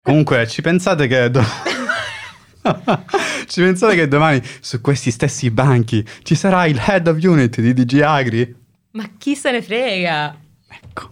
Comunque, ci pensate che domani su questi stessi banchi ci sarà il Head of Unit di DG Agri? Ma chi se ne frega? Ecco.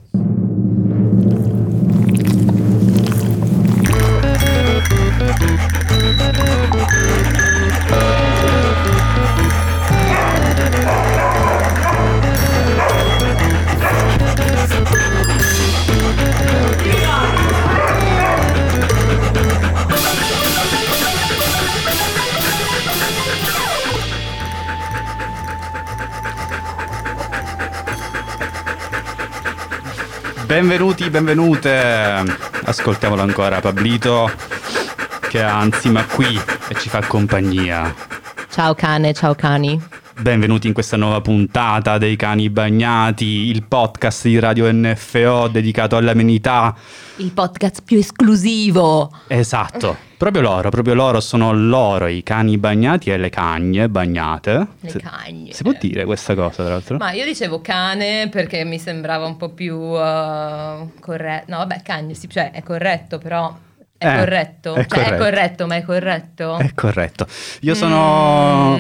Benvenuti, benvenute. Ascoltiamolo ancora Pablito, che è insieme a qui e ci fa compagnia. Ciao cane, ciao cani. Benvenuti in questa nuova puntata dei Cani Bagnati, il podcast di Radio NFO dedicato all'amenità. Il podcast più esclusivo. Esatto, proprio loro sono loro, i cani bagnati e le cagne bagnate. Le cagne. Si può dire questa cosa, tra l'altro? Ma io dicevo cane perché mi sembrava un po' più corretto. No, vabbè, cagne, sì, cioè è corretto, però... È corretto? È corretto. È corretto, ma è corretto? È corretto. Io sono...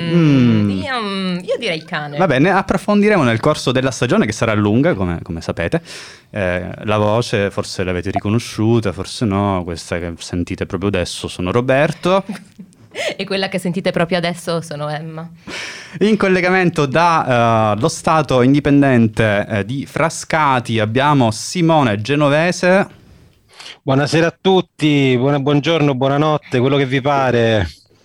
Io direi cane. Va bene, approfondiremo nel corso della stagione, che sarà lunga, come sapete. La voce forse l'avete riconosciuta, forse no. Questa che sentite proprio adesso sono Roberto. E quella che sentite proprio adesso sono Emma. In collegamento dallo Stato indipendente di Frascati abbiamo Simone Genovese. Buonasera a tutti, buongiorno, buonanotte, quello che vi pare.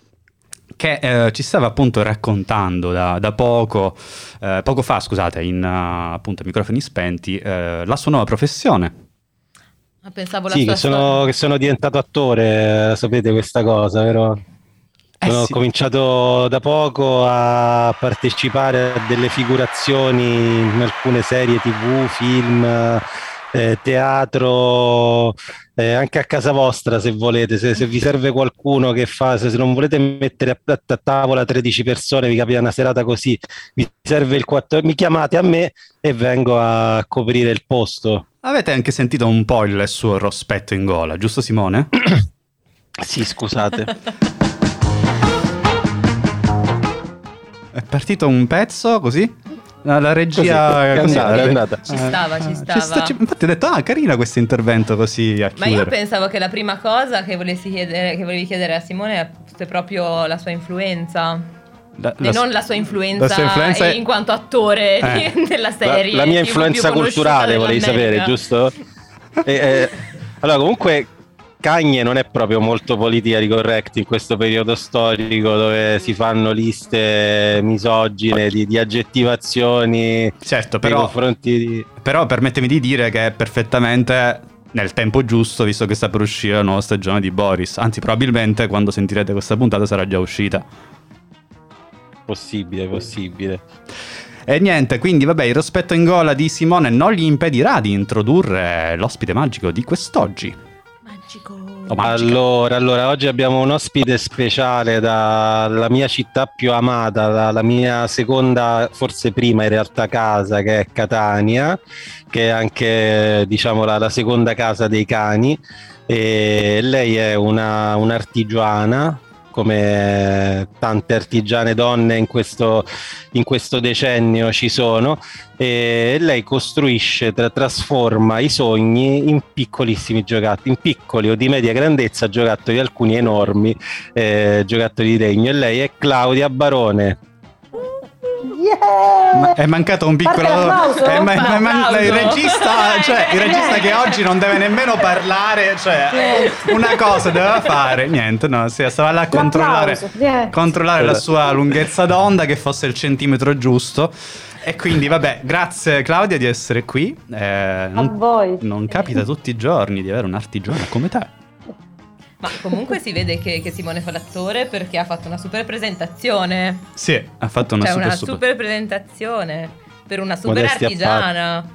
Che ci stava appunto raccontando da poco fa, scusate, in appunto microfoni spenti, la sua nuova professione. Pensavo la sì, sua che sono diventato attore, sapete questa cosa, vero? Ho cominciato da poco a partecipare a delle figurazioni in alcune serie TV, film, teatro, anche a casa vostra se volete, se vi serve qualcuno che fa, se non volete mettere a tavola 13 persone, vi capita una serata così, vi serve il 4, mi chiamate a me e vengo a coprire il posto. Avete anche sentito un po' il suo rospetto in gola, giusto Simone? Sì, scusate. È partito un pezzo così? La regia così, è andata. Ci stava. Infatti ho detto, carino questo intervento così a chiudere. Ma io pensavo che la prima cosa che volevi chiedere a Simone fosse proprio la sua influenza. Non la sua influenza in quanto attore della serie. La mia influenza culturale volevi sapere, giusto? Allora, comunque Cagne non è proprio molto politically correct in questo periodo storico dove si fanno liste misogine di aggettivazioni. Certo, nei confronti di... Però permettimi di dire che è perfettamente nel tempo giusto, visto che sta per uscire la nuova stagione di Boris. Anzi, probabilmente quando sentirete questa puntata sarà già uscita. Possibile. E niente, quindi vabbè, il rospetto in gola di Simone non gli impedirà di introdurre l'ospite magico di quest'oggi. Allora, oggi abbiamo un ospite speciale dalla mia città più amata, la mia seconda, forse prima in realtà casa, che è Catania, che è anche diciamo la seconda casa dei cani, e lei è un'artigiana, come tante artigiane donne in questo decennio ci sono, e lei costruisce, trasforma i sogni in piccolissimi giocattoli, in piccoli o di media grandezza giocattoli, alcuni enormi giocattoli di legno. E lei è Claudia Barone. Yeah! È mancato un piccolo il regista, il regista che oggi non deve nemmeno parlare, una cosa doveva fare, niente, no, stava là a controllare la sua lunghezza d'onda, che fosse il centimetro giusto. E quindi vabbè, grazie Claudia di essere qui. A voi. Non capita tutti i giorni di avere un'artigiana come te. Ma comunque si vede che Simone fa l'attore perché ha fatto una super presentazione. Sì, ha fatto una super presentazione per una super Modestia artigiana.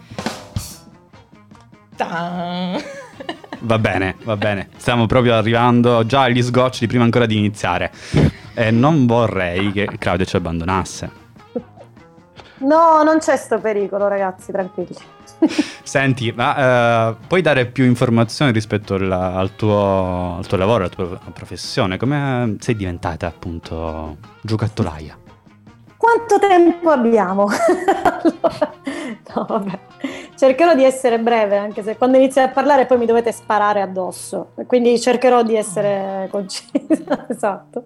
Va bene. Stiamo proprio arrivando già agli sgocci prima ancora di iniziare. E non vorrei che Claudia ci abbandonasse. No, non c'è sto pericolo, ragazzi, tranquilli. Senti, ma puoi dare più informazioni rispetto al tuo lavoro, alla tua professione? Come sei diventata appunto giocattolaia? Quanto tempo abbiamo? Allora, no, vabbè. Cercherò di essere breve, anche se quando inizio a parlare poi mi dovete sparare addosso, quindi cercherò di essere concisa. Esatto.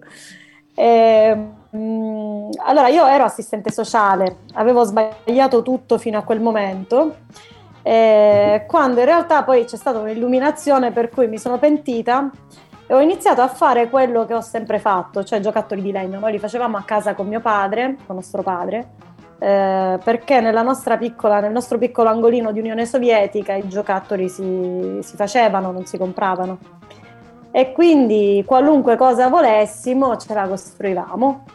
Allora, io ero assistente sociale, avevo sbagliato tutto fino a quel momento, quando in realtà poi c'è stata un'illuminazione per cui mi sono pentita e ho iniziato a fare quello che ho sempre fatto, cioè giocattoli di legno. Noi li facevamo a casa con mio padre, con nostro padre, perché nel nostro piccolo angolino di Unione Sovietica i giocattoli si facevano, non si compravano. E quindi qualunque cosa volessimo ce la costruivamo.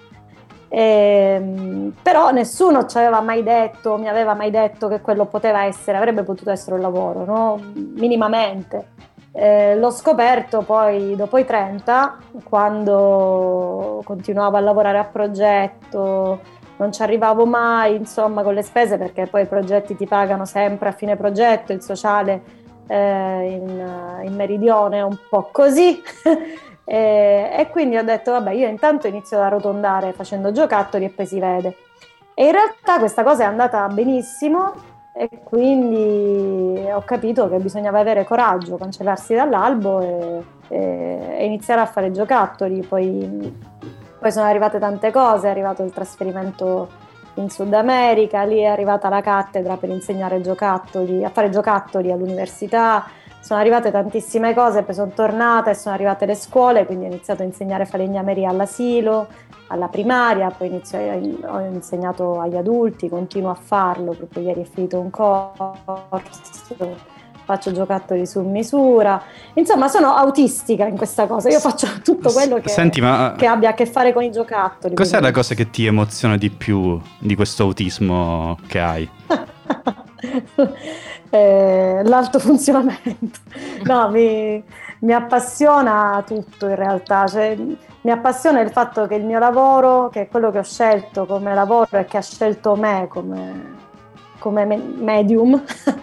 Però nessuno mi aveva mai detto che quello avrebbe potuto essere un lavoro, no? Minimamente. L'ho scoperto poi dopo i 30, quando continuavo a lavorare a progetto, non ci arrivavo mai, insomma, con le spese, perché poi i progetti ti pagano sempre a fine progetto, il sociale in meridione è un po' così. E quindi ho detto vabbè, io intanto inizio ad arrotondare facendo giocattoli e poi si vede. E in realtà questa cosa è andata benissimo e quindi ho capito che bisognava avere coraggio, cancellarsi dall'albo e iniziare a fare giocattoli. Poi sono arrivate tante cose, è arrivato il trasferimento in Sud America, lì è arrivata la cattedra per insegnare a fare giocattoli all'università. Sono arrivate tantissime cose, poi sono tornata e sono arrivate le scuole, quindi ho iniziato a insegnare falegnameria all'asilo, alla primaria, poi ho insegnato agli adulti, continuo a farlo, proprio ieri è finito un corso, faccio giocattoli su misura, insomma sono autistica in questa cosa, io faccio tutto quello che abbia a che fare con i giocattoli. Cos'è la cosa che ti emoziona di più di questo autismo che hai? L'alto funzionamento. No, mi appassiona tutto in realtà, cioè, mi appassiona il fatto che il mio lavoro, che è quello che ho scelto come lavoro e che ha scelto me come medium,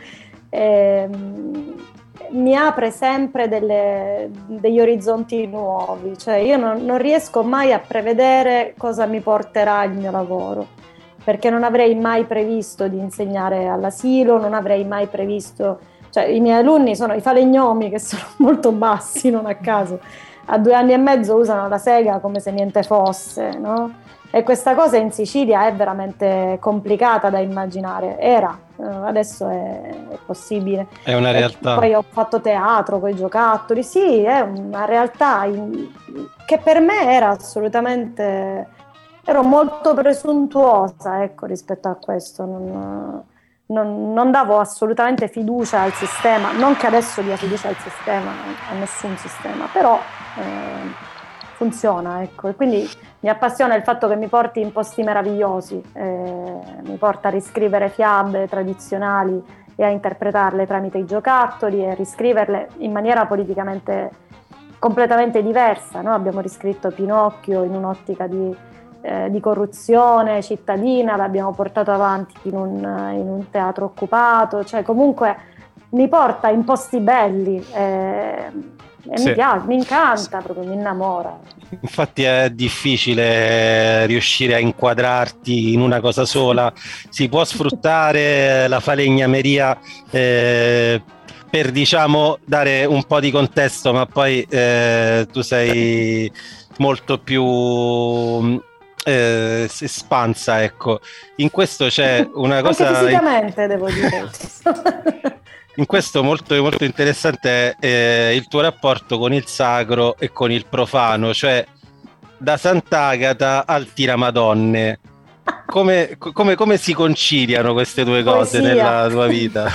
mi apre sempre degli orizzonti nuovi, cioè io non riesco mai a prevedere cosa mi porterà il mio lavoro, perché non avrei mai previsto di insegnare all'asilo, non avrei mai previsto, cioè i miei alunni sono i falegnomi, che sono molto bassi, non a caso, a 2 anni e mezzo usano la sega come se niente fosse, no? E questa cosa in Sicilia è veramente complicata da immaginare, adesso è possibile. È una realtà. Poi ho fatto teatro con i giocattoli, sì, è una realtà che per me era assolutamente... Ero molto presuntuosa, ecco, rispetto a questo, non davo assolutamente fiducia al sistema, non che adesso dia fiducia al sistema, a nessun sistema, però funziona, ecco, e quindi mi appassiona il fatto che mi porti in posti meravigliosi, mi porta a riscrivere fiabe tradizionali e a interpretarle tramite i giocattoli e riscriverle in maniera politicamente completamente diversa, no? Abbiamo riscritto Pinocchio in un'ottica di corruzione cittadina, l'abbiamo portato avanti in un teatro occupato, cioè comunque mi porta in posti belli e sì. Mi piace, mi incanta, proprio mi innamora. Infatti è difficile riuscire a inquadrarti in una cosa sola, si può sfruttare la falegnameria per, diciamo, dare un po' di contesto, ma poi tu sei molto più espansa, ecco. In questo c'è una cosa anche fisicamente, devo dire. In questo molto, molto interessante è il tuo rapporto con il sacro e con il profano, cioè da Sant'Agata al Tiramadonne. Come si conciliano queste due cose nella tua vita?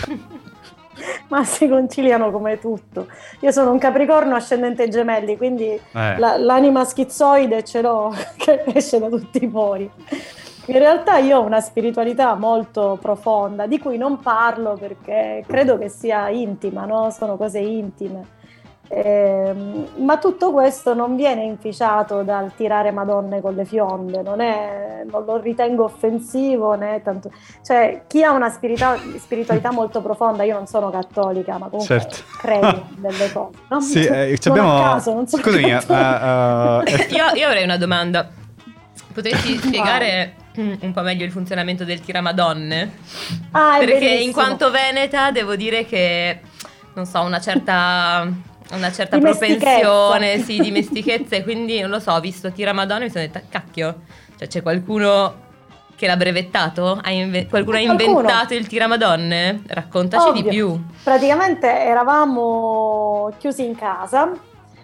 Ma si conciliano come tutto. Io sono un Capricorno ascendente Gemelli, quindi l'anima schizoide ce l'ho, che esce da tutti i pori. In realtà io ho una spiritualità molto profonda, di cui non parlo perché credo che sia intima, no? Sono cose intime. Ma tutto questo non viene inficiato dal tirare madonne con le fionde, non lo ritengo offensivo né tanto, cioè chi ha una spiritualità molto profonda, io non sono cattolica ma comunque credo delle cose, no? Sì, non a caso, non so. Scusami, io avrei una domanda, potresti spiegare un po' meglio il funzionamento del tiramadonne? Perché bellissimo. In quanto veneta devo dire che non so, una certa propensione, sì, dimestichezza, e quindi non lo so, ho visto Tiramadonna e mi sono detta cacchio, cioè c'è qualcuno che l'ha brevettato? Qualcuno ha inventato il tiramadonne? Raccontaci Ovvio. Di più. Praticamente eravamo chiusi in casa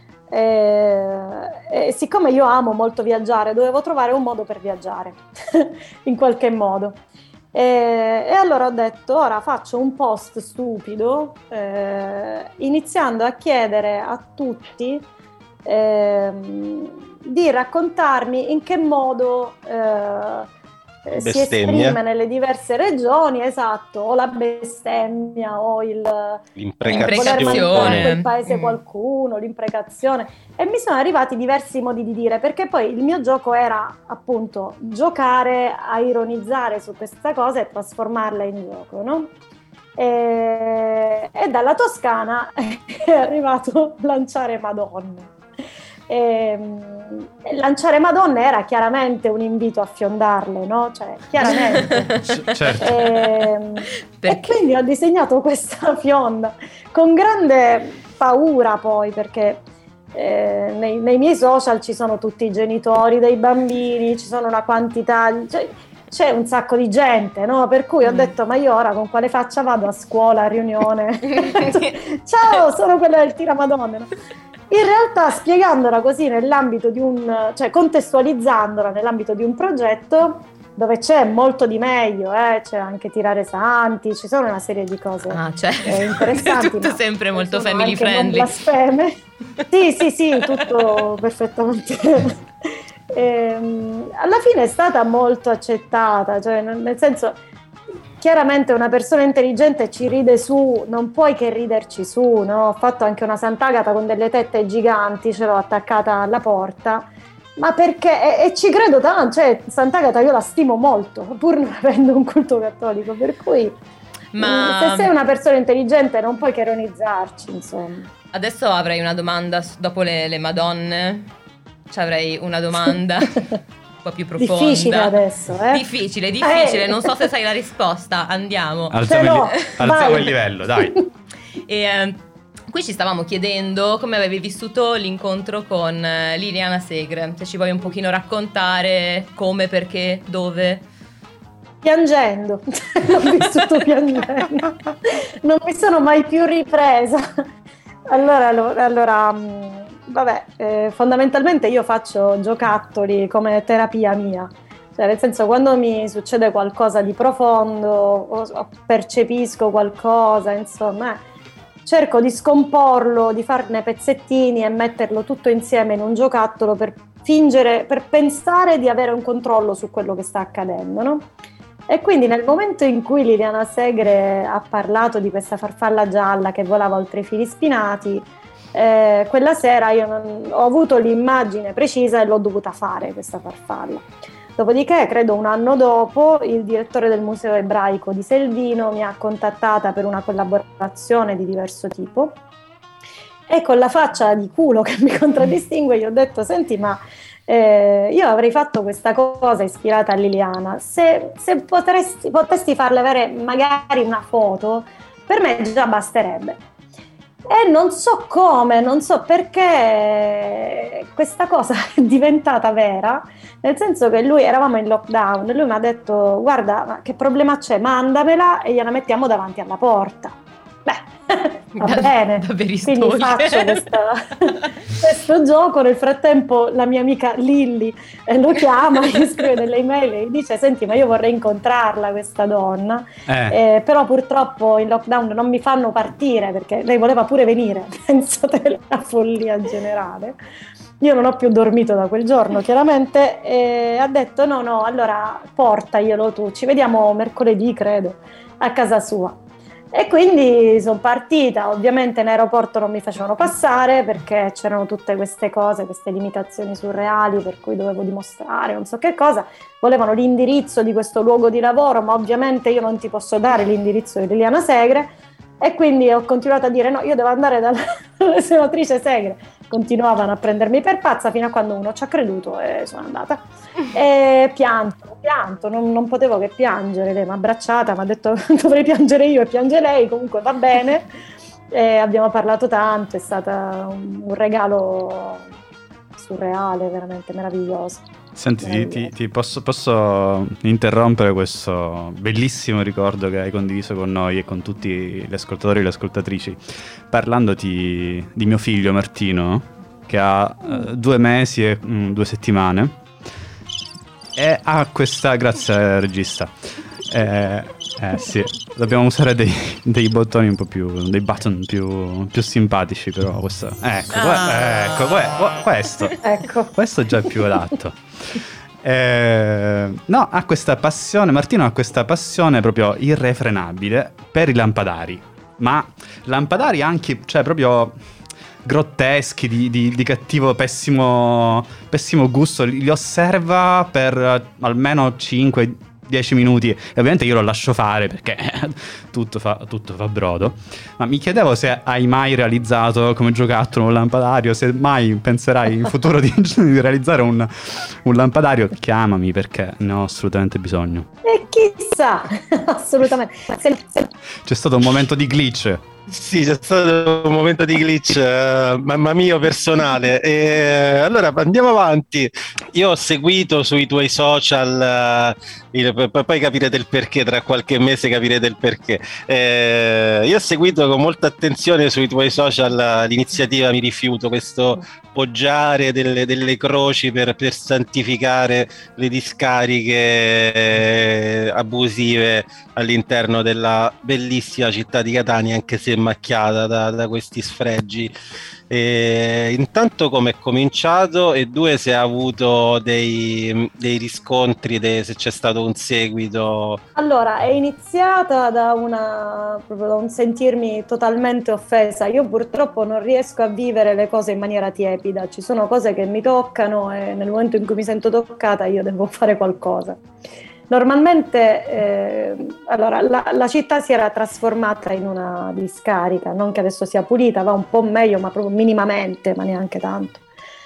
e siccome io amo molto viaggiare, dovevo trovare un modo per viaggiare in qualche modo. E allora ho detto, ora faccio un post stupido iniziando a chiedere a tutti di raccontarmi in che modo si esprime nelle diverse regioni, esatto, o la bestemmia o l'imprecazione, quel paese qualcuno, l'imprecazione, e mi sono arrivati diversi modi di dire, perché poi il mio gioco era appunto giocare a ironizzare su questa cosa e trasformarla in gioco, no? E dalla Toscana è arrivato lanciare Madonna. Lanciare Madonna era chiaramente un invito a fiondarle, no? Cioè, chiaramente. Certo. E quindi ho disegnato questa fionda con grande paura, poi, perché nei miei social ci sono tutti i genitori dei bambini, ci sono una quantità, cioè, c'è un sacco di gente, no? Per cui ho detto, ma io ora con quale faccia vado a scuola, a riunione? Ciao, sono quella del tiramadonna, no? In realtà, spiegandola così nell'ambito di cioè contestualizzandola nell'ambito di un progetto dove c'è molto di meglio, c'è anche tirare santi, ci sono una serie di cose interessanti. Tutto sempre molto family friendly. Non blasfeme. Sì, tutto perfettamente. Alla fine è stata molto accettata, cioè nel senso, chiaramente una persona intelligente ci ride su, non puoi che riderci su, no? Ho fatto anche una Sant'Agata con delle tette giganti, ce l'ho attaccata alla porta, ma perché, e ci credo tanto, cioè Sant'Agata io la stimo molto, pur non avendo un culto cattolico, per cui se sei una persona intelligente non puoi che ironizzarci, insomma. Adesso avrei una domanda, dopo le Madonne, ci avrei una domanda un po' più profonda. Difficile adesso, Difficile, non so se sai la risposta, andiamo. Alziamo il livello, dai. E qui ci stavamo chiedendo come avevi vissuto l'incontro con Liliana Segre, se ci vuoi un pochino raccontare come, perché, dove. Piangendo, l'ho vissuto piangendo, non mi sono mai più ripresa. Allora, vabbè, fondamentalmente io faccio giocattoli come terapia mia, cioè nel senso, quando mi succede qualcosa di profondo o percepisco qualcosa, insomma, cerco di scomporlo, di farne pezzettini e metterlo tutto insieme in un giocattolo per pensare di avere un controllo su quello che sta accadendo, no? E quindi nel momento in cui Liliana Segre ha parlato di questa farfalla gialla che volava oltre i fili spinati, quella sera io ho avuto l'immagine precisa e l'ho dovuta fare, questa farfalla. Dopodiché, credo un anno dopo, il direttore del Museo Ebraico di Selvino mi ha contattata per una collaborazione di diverso tipo, e con la faccia di culo che mi contraddistingue gli ho detto: senti, ma io avrei fatto questa cosa ispirata a Liliana, se potessi farle avere magari una foto, per me già basterebbe. E non so come, non so perché questa cosa è diventata vera, nel senso che eravamo in lockdown, e lui mi ha detto: guarda, ma che problema c'è, mandamela e gliela mettiamo davanti alla porta. Va bene, quindi faccio questo gioco. Nel frattempo la mia amica Lilli lo chiama, gli scrive delle email e gli dice: senti, ma io vorrei incontrarla questa donna, però purtroppo in lockdown non mi fanno partire, perché lei voleva pure venire. Pensate la follia generale. Io non ho più dormito da quel giorno, chiaramente, e ha detto: no, allora portaglielo tu, ci vediamo mercoledì, credo, a casa sua. E quindi sono partita. Ovviamente in aeroporto non mi facevano passare perché c'erano tutte queste cose, queste limitazioni surreali per cui dovevo dimostrare non so che cosa. Volevano l'indirizzo di questo luogo di lavoro, ma ovviamente io non ti posso dare l'indirizzo di Liliana Segre, e quindi ho continuato a dire no, io devo andare dalla senatrice Segre. Continuavano a prendermi per pazza fino a quando uno ci ha creduto e sono andata. E pianto, non potevo che piangere. Lei mi ha abbracciata, mi ha detto dovrei piangere io e piange lei, comunque va bene. E abbiamo parlato tanto, è stato un regalo surreale, veramente meraviglioso. Senti, ti posso interrompere questo bellissimo ricordo che hai condiviso con noi e con tutti gli ascoltatori e le ascoltatrici, parlandoti di mio figlio Martino, che ha 2 mesi e 2 settimane, e ha questa... Grazie regista. Sì, dobbiamo usare dei bottoni un po' più, dei button più simpatici, però questo, questo già è più adatto. No, ha questa passione, Martino ha questa passione proprio irrefrenabile per i lampadari, ma lampadari anche, cioè proprio grotteschi, di cattivo, pessimo gusto. Li osserva per almeno 5-10 minuti e ovviamente io lo lascio fare perché tutto fa brodo. Ma mi chiedevo se hai mai realizzato come giocattolo un lampadario, se mai penserai in futuro di realizzare un lampadario. Chiamami perché ne ho assolutamente bisogno. E chissà, assolutamente. C'è stato un momento di glitch. Sì, c'è stato un momento di glitch, mamma mia, personale. E allora andiamo avanti. Io ho seguito sui tuoi social, poi capirete il perché, tra qualche mese capirete il perché. Io ho seguito con molta attenzione sui tuoi social l'iniziativa Mi Rifiuto, questo poggiare delle croci per santificare le discariche abusive all'interno della bellissima città di Catania, anche se macchiata da questi sfregi. Intanto come è cominciato, e 2 se ha avuto dei riscontri, se c'è stato un seguito. Allora, è iniziata proprio da un sentirmi totalmente offesa. Io purtroppo non riesco a vivere le cose in maniera tiepida, ci sono cose che mi toccano e nel momento in cui mi sento toccata io devo fare qualcosa. Normalmente allora, la città si era trasformata in una discarica, non che adesso sia pulita, va un po' meglio, ma proprio minimamente, ma neanche tanto.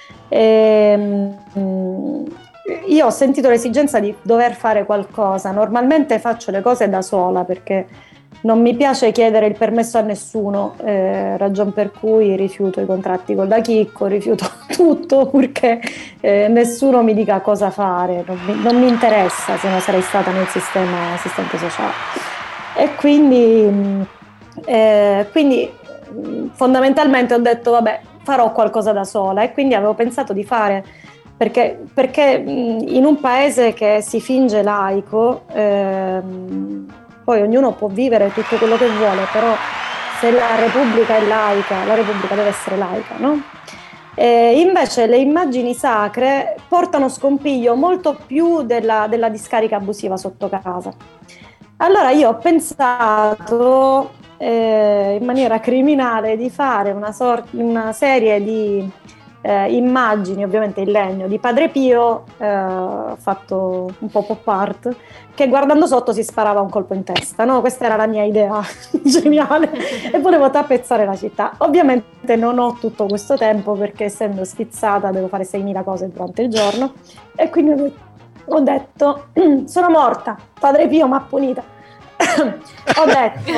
Io ho sentito l'esigenza di dover fare qualcosa. Normalmente faccio le cose da sola perché non mi piace chiedere il permesso a nessuno, ragion per cui rifiuto i contratti con la Chicco, rifiuto tutto purché nessuno mi dica cosa fare, non mi interessa, se no sarei stata nel sistema assistente sociale. E quindi fondamentalmente ho detto vabbè, farò qualcosa da sola, e quindi avevo pensato di fare, perché in un paese che si finge laico, poi ognuno può vivere tutto quello che vuole, però se la Repubblica è laica, la Repubblica deve essere laica, no? Invece le immagini sacre portano scompiglio molto più della discarica abusiva sotto casa. Allora io ho pensato in maniera criminale di fare una serie di immagini, ovviamente in legno, di Padre Pio, fatto un po' pop art, che guardando sotto si sparava un colpo in testa, no? Questa era la mia idea geniale e volevo tappezzare la città. Ovviamente non ho tutto questo tempo perché, essendo schizzata, devo fare 6.000 cose durante il giorno, e quindi ho detto sono morta, Padre Pio m'ha punita. Ho detto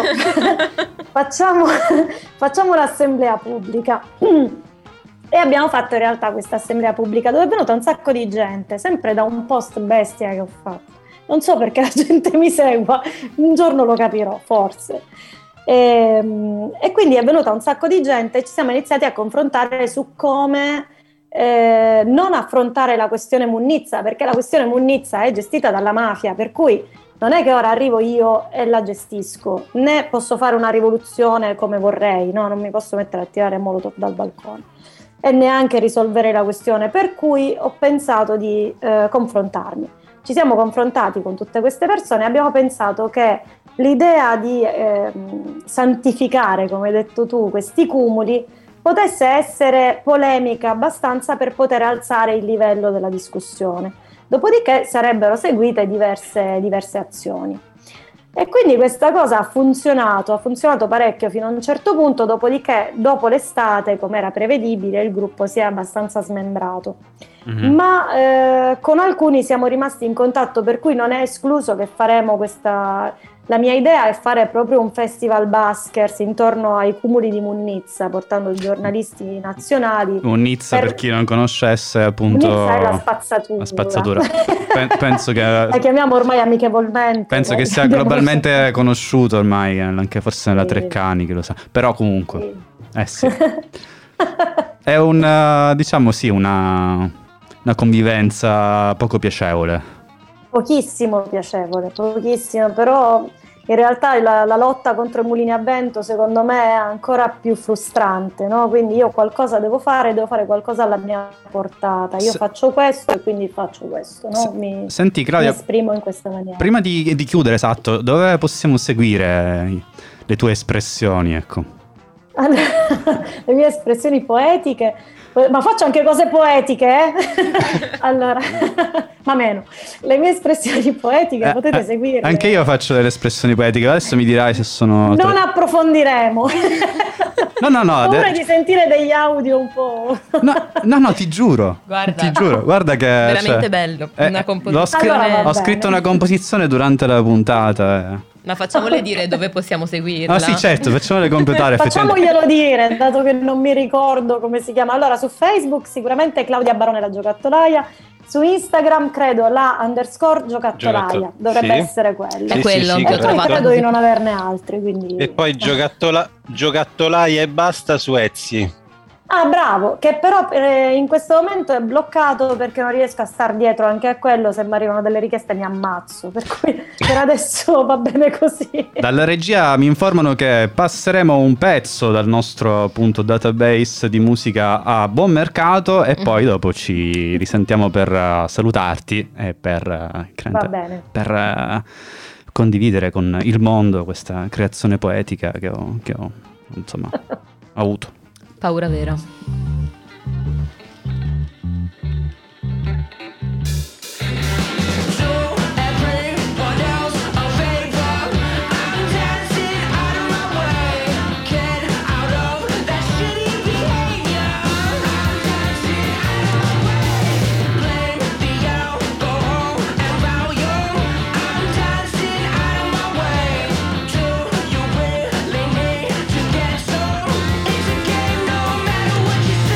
facciamo l'assemblea pubblica. E abbiamo fatto in realtà questa assemblea pubblica dove è venuta un sacco di gente, sempre da un post bestia che ho fatto. Non so perché la gente mi segua, un giorno lo capirò, forse. E quindi è venuta un sacco di gente e ci siamo iniziati a confrontare su come non affrontare la questione munnizza, perché la questione munnizza è gestita dalla mafia, per cui non è che ora arrivo io e la gestisco, né posso fare una rivoluzione come vorrei, no? Non mi posso mettere a tirare molotov dal balcone e neanche risolvere la questione, per cui ho pensato di confrontarmi. Ci siamo confrontati con tutte queste persone e abbiamo pensato che l'idea di santificare, come hai detto tu, questi cumuli potesse essere polemica abbastanza per poter alzare il livello della discussione. Dopodiché sarebbero seguite diverse azioni. E quindi questa cosa ha funzionato parecchio fino a un certo punto, dopodiché dopo l'estate, come era prevedibile, il gruppo si è abbastanza smembrato. Mm-hmm. Ma con alcuni siamo rimasti in contatto, per cui non è escluso che faremo la mia idea è fare proprio un festival buskers intorno ai cumuli di Munnizza, portando giornalisti nazionali. Munnizza, per chi non conoscesse, appunto, Munnizza è la spazzatura. Penso che la chiamiamo ormai amichevolmente. Penso che sia globalmente conosciuto ormai, anche forse nella Treccani, che lo sa. Però comunque, sì. È una convivenza poco piacevole. Pochissimo piacevole, però in realtà la lotta contro i mulini a vento secondo me è ancora più frustrante, no? Quindi io qualcosa devo fare qualcosa alla mia portata, io faccio questo e quindi faccio questo, no? Senti Claudia, mi esprimo in questa maniera. Prima di chiudere, esatto, dove possiamo seguire le tue espressioni, ecco? Le mie espressioni poetiche, ma faccio anche cose poetiche, allora, ma meno. Le mie espressioni poetiche potete seguire. Anche io faccio delle espressioni poetiche, adesso mi dirai se sono... Non approfondiremo. No. Ho paura di sentire degli audio un po'... No, ti giuro. Guarda che... Veramente bello, una composizione... Ho scritto una composizione durante la puntata. Ma facciamole dire dove possiamo seguirla. Sì, certo, facciamole completare. Facciamoglielo dire, dato che non mi ricordo come si chiama. Allora, su Facebook sicuramente Claudia Barone la giocattolaia, su Instagram credo _giocattolaia, dovrebbe essere quello. È quello che ho trovato. Credo di non averne altri, quindi... E poi giocattolaia e basta su Etsy. Ah, bravo, che però in questo momento è bloccato perché non riesco a star dietro anche a quello, se mi arrivano delle richieste mi ammazzo, per cui per adesso va bene così. Dalla regia mi informano che passeremo un pezzo dal nostro appunto database di musica a buon mercato e poi dopo ci risentiamo per salutarti e per condividere con il mondo questa creazione poetica che ho insomma avuto. Paura vera. What you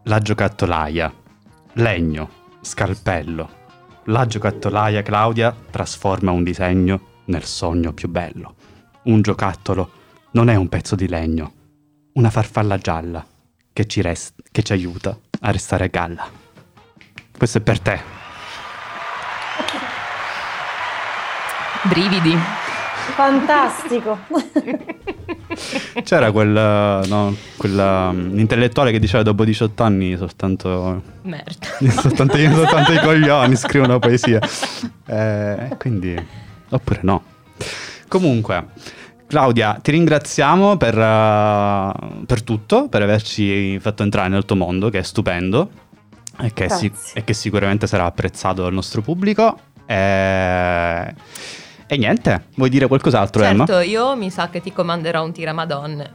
la giocattolaia, legno, scalpello. La giocattolaia Claudia trasforma un disegno nel sogno più bello. Un giocattolo non è un pezzo di legno, una farfalla gialla che ci aiuta a restare a galla. Questo è per te. Brividi. Fantastico. C'era quell'intellettuale che diceva dopo 18 anni soltanto i coglioni scrivono poesia. Quindi, oppure no. Comunque, Claudia, ti ringraziamo per tutto, per averci fatto entrare nel tuo mondo, che è stupendo e che sicuramente sarà apprezzato dal nostro pubblico. E niente, vuoi dire qualcos'altro, certo, Emma? Certo, io mi sa che ti comanderò un tiramadonne.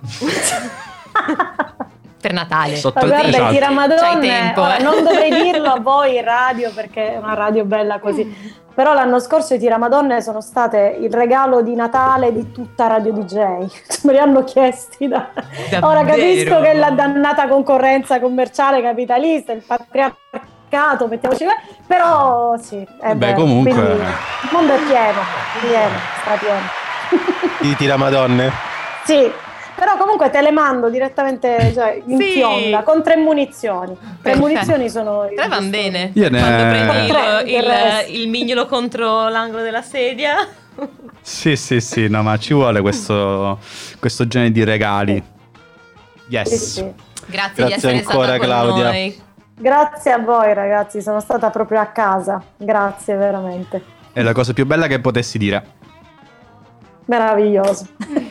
Per Natale. Guarda, i tiramadonne, tempo, non dovrei dirlo a voi in radio perché è una radio bella così, però l'anno scorso i tiramadonne sono state il regalo di Natale di tutta Radio DJ. Me li hanno chiesti Ora capisco che è la dannata concorrenza commerciale capitalista, il patriarcato, mettiamoci, però sì. Comunque il mondo è pieno, strapieno. I tiramadonne? Sì. Però comunque te le mando direttamente, cioè, in fionda, con 3 munizioni. 3 munizioni sono... 3 vanno bene. Quando prendi il mignolo contro l'angolo della sedia. Sì, no, ma ci vuole questo genere di regali. Yes. Sì. Grazie di essere ancora, stata con Claudia. noi. Grazie a voi ragazzi, sono stata proprio a casa. Grazie veramente. È la cosa più bella che potessi dire. Meraviglioso.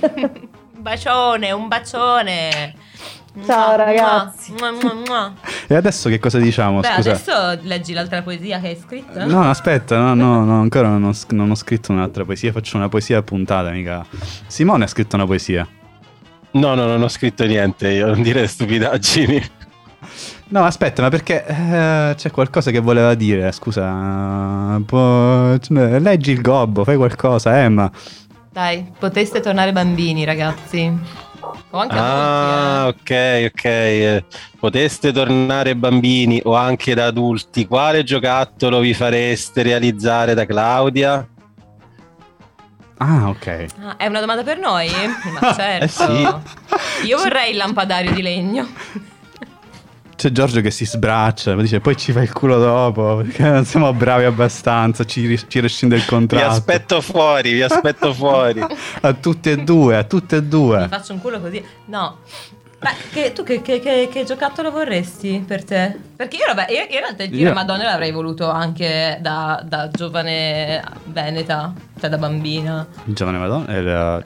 Un bacione. Ciao ragazzi. E adesso che cosa diciamo? Beh, scusa. adesso leggi l'altra poesia che hai scritto? No, aspetta, no, ancora non ho scritto un'altra poesia, faccio una poesia a puntata, mica. Simone ha scritto una poesia. No, non ho scritto niente, io non dire stupidaggini. No, aspetta, ma perché c'è qualcosa che voleva dire, scusa. Leggi il gobbo, fai qualcosa, Emma. Dai, poteste tornare bambini, ragazzi. O anche adulti. Ok. Poteste tornare bambini o anche da adulti. Quale giocattolo vi fareste realizzare da Claudia? Ah, ok. È una domanda per noi? Ma certo. Sì. Io vorrei il lampadario di legno. C'è Giorgio che si sbraccia, ma dice poi ci fai il culo dopo perché non siamo bravi abbastanza, ci rescinde il contratto. Vi aspetto fuori. A tutte e due. Mi faccio un culo così. No. Beh, tu che giocattolo vorresti per te? Perché io in realtà il tiramadonne l'avrei voluto anche da giovane veneta, cioè da bambina. Il giovane Madonna? Il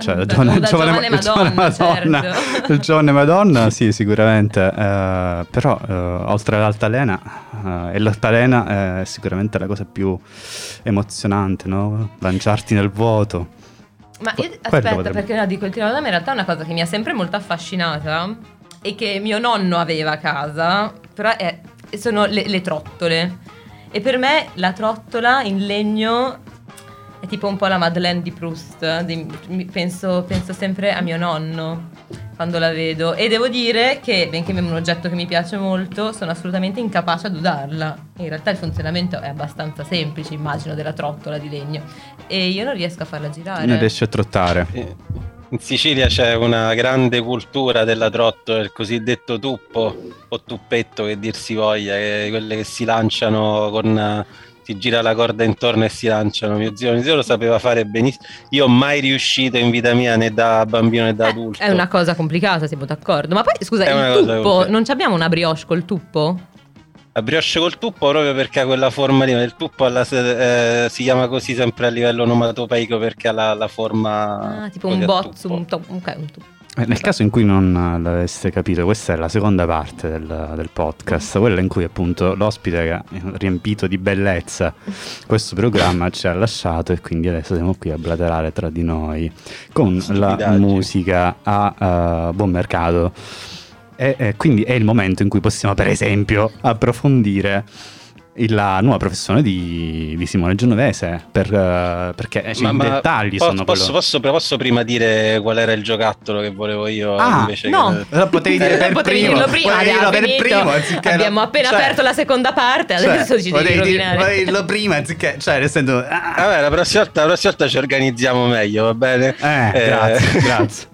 giovane Madonna, sì, sicuramente. Però oltre all'altalena, e l'altalena è sicuramente la cosa più emozionante, no? Lanciarti nel vuoto. Ma io, aspetta, perché no, dico il tiramadonne in realtà è una cosa che mi ha sempre molto affascinata e che mio nonno aveva a casa, però sono le trottole. E per me la trottola in legno è tipo un po' la Madeleine di Proust. Penso sempre a mio nonno quando la vedo. E devo dire che, benché è un oggetto che mi piace molto, sono assolutamente incapace ad usarla. In realtà il funzionamento è abbastanza semplice, immagino, della trottola di legno. E io non riesco a farla girare. Non riesci a trottare. In Sicilia c'è una grande cultura della trottola, il cosiddetto tuppo o tuppetto che dir si voglia, quelle che si lanciano si gira la corda intorno e si lanciano. Mio zio lo sapeva fare benissimo. Io ho mai riuscito in vita mia, né da bambino né da adulto. È una cosa complicata, siamo d'accordo. Ma poi scusa, il tuppo, non abbiamo una brioche col tuppo? La brioche col tuppo proprio perché ha quella forma lì. Il tuppo si chiama così sempre a livello onomatopeico perché ha la forma tipo un bozzo, un tuppo. Nel caso in cui non l'aveste capito, questa è la seconda parte del podcast, quella in cui appunto l'ospite riempito di bellezza questo programma ci ha lasciato e quindi adesso siamo qui a blaterare tra di noi con la musica a buon mercato. E quindi è il momento in cui possiamo per esempio approfondire la nuova professione di Simone Genovese, perché i dettagli sono posso prima dire qual era il giocattolo che volevo io? Invece no, potevi dire per dirlo prima, abbiamo appena aperto la seconda parte, adesso ci devi rovinare. Potevi dirlo prima, anziché, nel senso... Vabbè, la prossima volta ci organizziamo meglio, va bene? Grazie.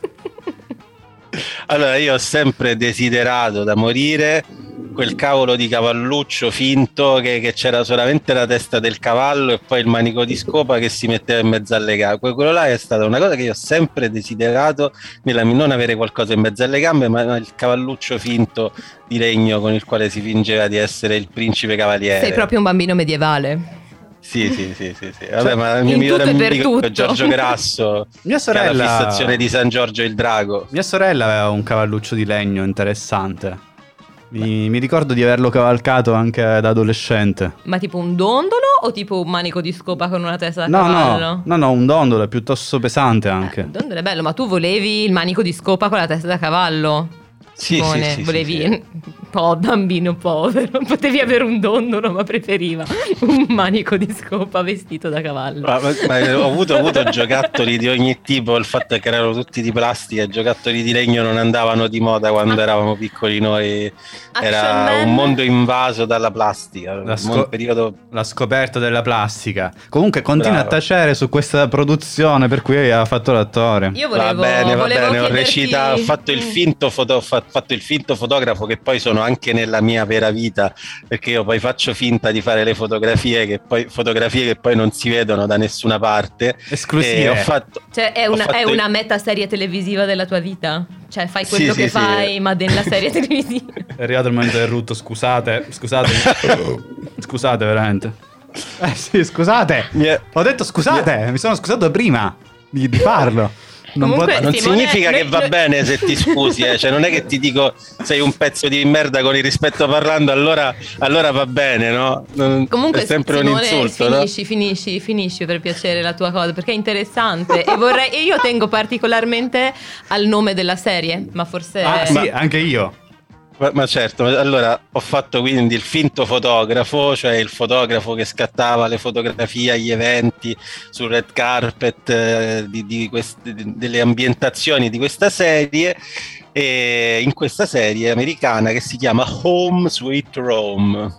Allora, io ho sempre desiderato da morire quel cavolo di cavalluccio finto che c'era solamente la testa del cavallo e poi il manico di scopa che si metteva in mezzo alle gambe. Quello là è stata una cosa che io ho sempre desiderato, non avere qualcosa in mezzo alle gambe, ma il cavalluccio finto di legno con il quale si fingeva di essere il principe cavaliere. Sei proprio un bambino medievale. Sì. Vabbè, ma il mio migliore amico è Giorgio Grasso, mia sorella, che ha la fissazione di San Giorgio il Drago. Mia sorella aveva un cavalluccio di legno interessante. Mi ricordo di averlo cavalcato anche da adolescente. Ma tipo un dondolo o tipo un manico di scopa con una testa da cavallo? No, un dondolo è piuttosto pesante anche. Il dondolo è bello, ma tu volevi il manico di scopa con la testa da cavallo? Sì, volevi un po' bambino povero, potevi avere un dondolo, ma preferiva un manico di scopa vestito da cavallo. Ma ho avuto giocattoli di ogni tipo. Il fatto è che erano tutti di plastica, i giocattoli di legno non andavano di moda quando eravamo piccoli noi. Era un mondo invaso dalla plastica. La scoperta della plastica. Comunque continua a tacere su questa produzione per cui ha fatto l'attore. Io volevo ho fatto il finto fotografo, che poi sono anche nella mia vera vita, perché io poi faccio finta di fare le fotografie che poi non si vedono da nessuna parte. Esclusive. È una meta serie televisiva della tua vita? Cioè fai quello che fai, ma nella serie televisiva. È arrivato il momento del rutto, scusate veramente. Sì, scusate. Ho detto scusate, mi sono scusato prima di farlo. Non significa che va bene se ti scusi, cioè non è che ti dico sei un pezzo di merda con il rispetto parlando, allora va bene, no? Comunque è sempre Simone, un insulto, finisci per piacere la tua cosa, perché è interessante e io tengo particolarmente al nome della serie, ma forse sì, anche io. Ma certo, allora ho fatto quindi il finto fotografo, cioè il fotografo che scattava le fotografie agli eventi sul red carpet delle ambientazioni di questa serie, e in questa serie americana che si chiama Home Sweet Rome.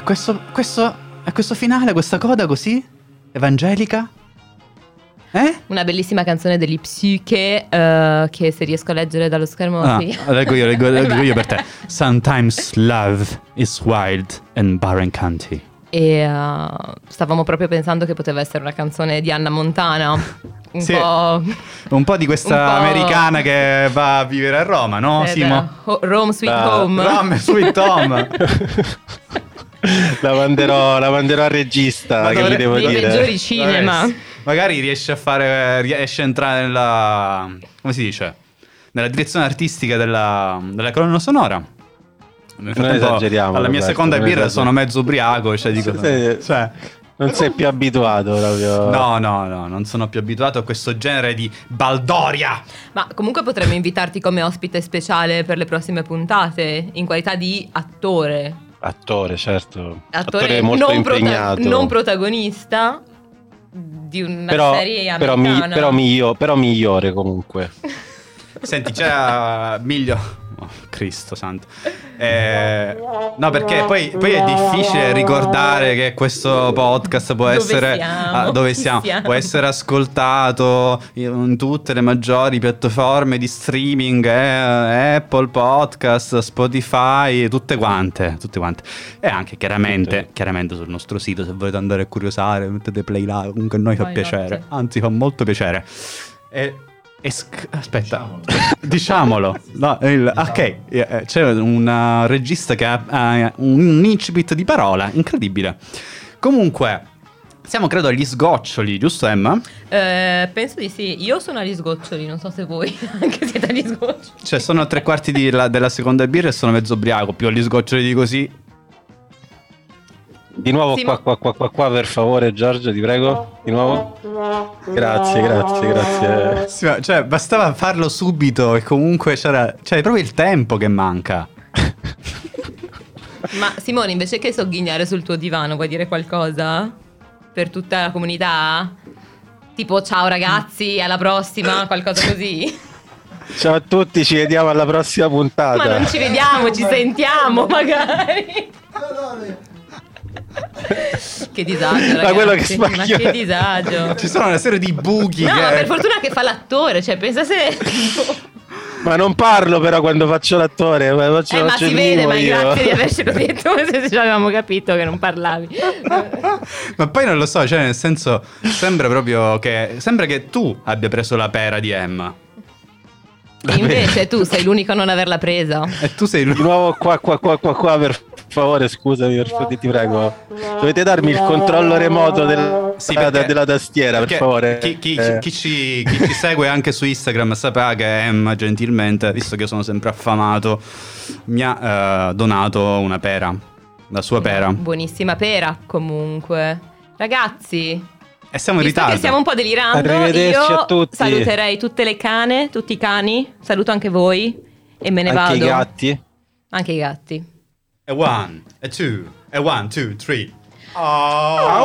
questo finale, questa coda così evangelica? Una bellissima canzone degli Psyche che se riesco a leggere dallo schermo leggo io per te. Sometimes love is wild and barren country. E stavamo proprio pensando che poteva essere una canzone di Anna Montana. Un po' di questa americana che va a vivere a Roma, no, Simo? Rome Sweet Home. Rome Sweet Home. La manderò al regista, che vi devo dire. Dei peggiori cinema. Magari riesce a entrare nella, come si dice, nella direzione artistica della colonna sonora. Non esageriamo. Alla mia seconda birra sono mezzo ubriaco, non sei più abituato proprio. No, non sono più abituato a questo genere di baldoria. Ma comunque potremmo invitarti come ospite speciale per le prossime puntate, in qualità di attore. Attore, certo. Attore molto impegnato. Non protagonista di una serie americana. Però migliore comunque. Senti, c'era Cristo santo. No, perché poi è difficile ricordare che questo podcast può può essere ascoltato in tutte le maggiori piattaforme di streaming, Apple Podcast, Spotify, tutte quante. E anche chiaramente sul nostro sito, se volete andare a curiosare, mettete play là, comunque a noi fa piacere, anzi fa molto piacere. Aspetta, diciamolo. No, ok, c'è una regista che ha un incipit di parola incredibile. Comunque, siamo credo agli sgoccioli, giusto Emma? Penso di sì. Io sono agli sgoccioli, non so se voi anche siete agli sgoccioli. Cioè sono 3/4 della seconda birra e sono mezzo ubriaco, più agli sgoccioli di così. Di nuovo qua per favore, Giorgio, ti prego. Di nuovo. Grazie. Sì, cioè bastava farlo subito e comunque c'è proprio il tempo che manca. Ma Simone, invece che sogghignare sul tuo divano, vuoi dire qualcosa per tutta la comunità? Tipo ciao ragazzi, alla prossima, qualcosa così? Ciao a tutti, ci vediamo alla prossima puntata. Ma non ci vediamo, ci sentiamo magari. Che disagio, ragazzi. Ma che disagio. Ci sono una serie di buchi. No, ma per fortuna che fa l'attore. Cioè, pensa se. Ma non parlo però quando faccio l'attore. Ma si vede, ma grazie di avercelo detto. Se ci avevamo capito che non parlavi. Ma poi non lo so, cioè nel senso sembra che tu abbia preso la pera di Emma. E invece tu sei l'unico a non averla presa. E tu sei l'unico. Di nuovo qua per favore, scusami, ti prego. Dovete darmi il controllo remoto della tastiera, per favore. Chi ci segue anche su Instagram saprà che Emma gentilmente, visto che io sono sempre affamato, mi ha donato una pera, la sua pera. Buonissima pera comunque. Ragazzi, e siamo in ritardo. Che stiamo un po' delirando. Arrivederci a tutti. Saluterei tutte le cane, tutti i cani. Saluto anche voi e me ne vado. Anche i gatti. Anche i gatti. E 1, e 2, e 1, 2, 3. Oh.